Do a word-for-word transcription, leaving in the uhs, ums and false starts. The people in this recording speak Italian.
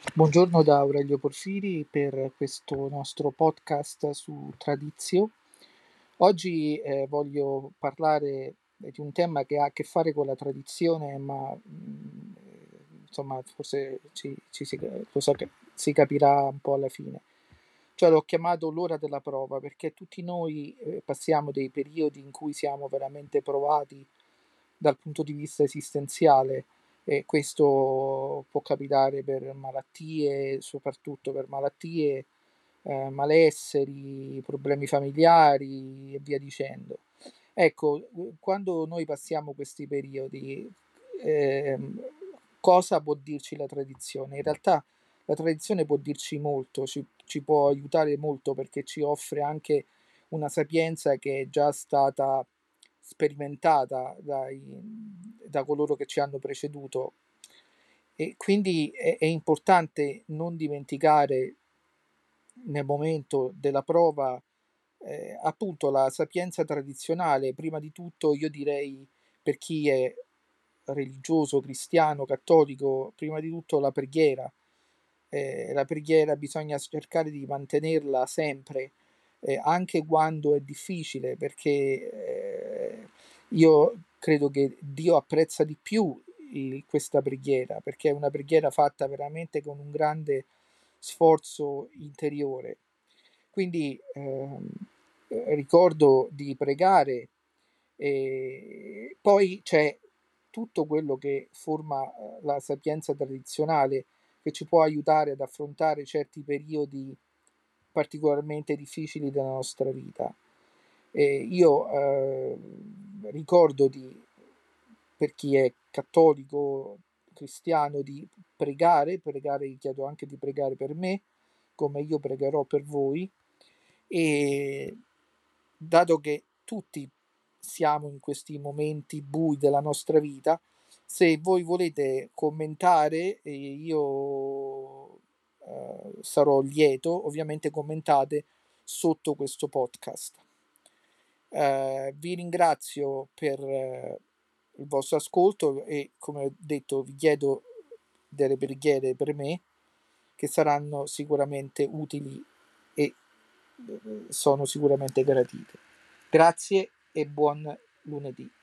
Buongiorno da Aurelio Porfiri per questo nostro podcast su Tradizio. Oggi eh, voglio parlare di un tema che ha a che fare con la tradizione, ma mh, insomma forse ci, ci si, lo sa- si capirà un po' alla fine. Cioè l'ho chiamato l'ora della prova perché tutti noi eh, passiamo dei periodi in cui siamo veramente provati dal punto di vista esistenziale, e questo può capitare per malattie, soprattutto per malattie, eh, malesseri, problemi familiari e via dicendo. Ecco, quando noi passiamo questi periodi, ehm, cosa può dirci la tradizione? In realtà la tradizione può dirci molto, ci, ci può aiutare molto perché ci offre anche una sapienza che è già stata sperimentata dai, da coloro che ci hanno preceduto, e quindi è, è importante non dimenticare nel momento della prova eh, appunto la sapienza tradizionale. Prima di tutto io direi, per chi è religioso, cristiano, cattolico, prima di tutto la preghiera. Eh, la preghiera bisogna cercare di mantenerla sempre, eh, anche quando è difficile, perché eh, io credo che Dio apprezza di più il- questa preghiera, perché è una preghiera fatta veramente con un grande sforzo interiore. Quindi ehm, eh, ricordo di pregare, e poi c'è tutto quello che forma eh, la sapienza tradizionale, che ci può aiutare ad affrontare certi periodi particolarmente difficili della nostra vita. E io eh, ricordo di, per chi è cattolico, cristiano, di pregare, pregare, chiedo anche di pregare per me, come io pregherò per voi, e dato che tutti siamo in questi momenti bui della nostra vita, se voi volete commentare, eh, io eh, sarò lieto. Ovviamente commentate sotto questo podcast. Eh, vi ringrazio per eh, il vostro ascolto e, come ho detto, vi chiedo delle preghiere per me, che saranno sicuramente utili e eh, sono sicuramente gradite. Grazie e buon lunedì.